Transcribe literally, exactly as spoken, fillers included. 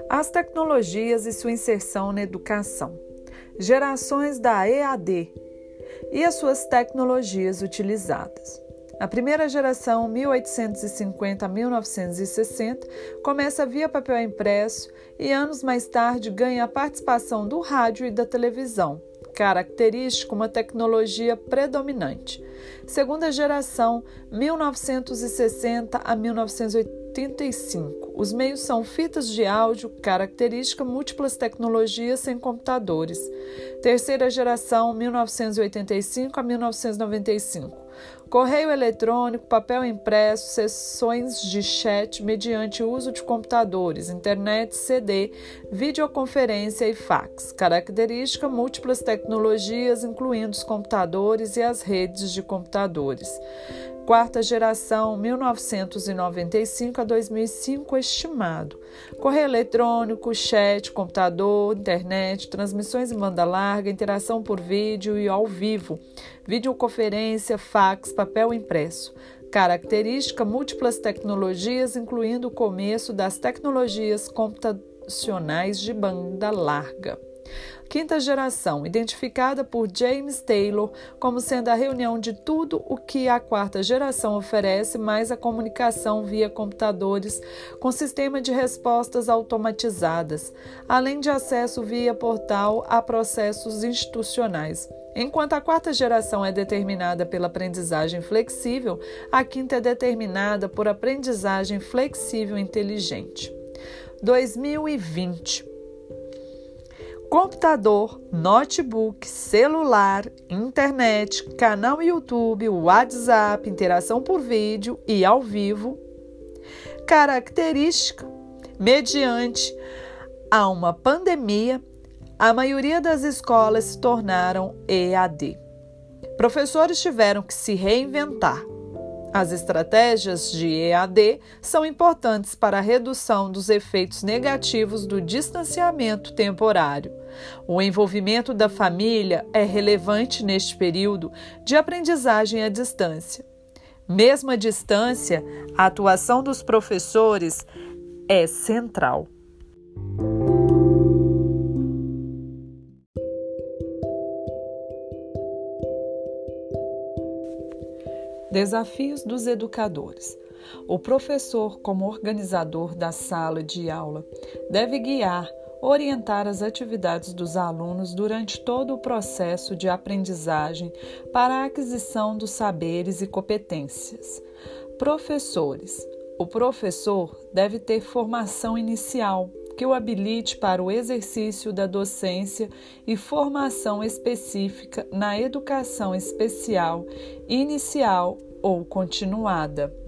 As tecnologias e sua inserção na educação. Gerações da E A D e as suas tecnologias utilizadas. A primeira geração, mil oitocentos e cinquenta a mil novecentos e sessenta, começa via papel impresso e anos mais tarde ganha a participação do rádio e da televisão, característica uma tecnologia predominante. Segunda geração, mil novecentos e sessenta a mil novecentos e oitenta e cinco. Os meios são fitas de áudio, característica múltiplas tecnologias sem computadores. Terceira geração, mil novecentos e oitenta e cinco a mil novecentos e noventa e cinco. Correio eletrônico, papel impresso, sessões de chat mediante uso de computadores, internet, C D, videoconferência e fax. Característica múltiplas tecnologias, incluindo os computadores e as redes de computadores. Quarta geração, mil novecentos e noventa e cinco a dois mil e cinco, estimado. Correio eletrônico, chat, computador, internet, transmissões em banda larga, interação por vídeo e ao vivo, videoconferência, fax, papel impresso. Característica, múltiplas tecnologias, incluindo o começo das tecnologias computacionais de banda larga. Quinta geração, identificada por James Taylor como sendo a reunião de tudo o que a quarta geração oferece, mais a comunicação via computadores com sistema de respostas automatizadas, além de acesso via portal a processos institucionais. Enquanto a quarta geração é determinada pela aprendizagem flexível, a quinta é determinada por aprendizagem flexível inteligente. dois mil e vinte. Computador, notebook, celular, internet, canal YouTube, WhatsApp, interação por vídeo e ao vivo. Característica: mediante a uma pandemia, a maioria das escolas se tornaram E A D. Professores tiveram que se reinventar. As estratégias de E A D são importantes para a redução dos efeitos negativos do distanciamento temporário. O envolvimento da família é relevante neste período de aprendizagem à distância. Mesmo à distância, a atuação dos professores é central. Desafios dos educadores. O professor, como organizador da sala de aula, deve guiar, orientar as atividades dos alunos durante todo o processo de aprendizagem para a aquisição dos saberes e competências. Professores. O professor deve ter formação inicial, que o habilite para o exercício da docência e formação específica na educação especial, inicial ou continuada.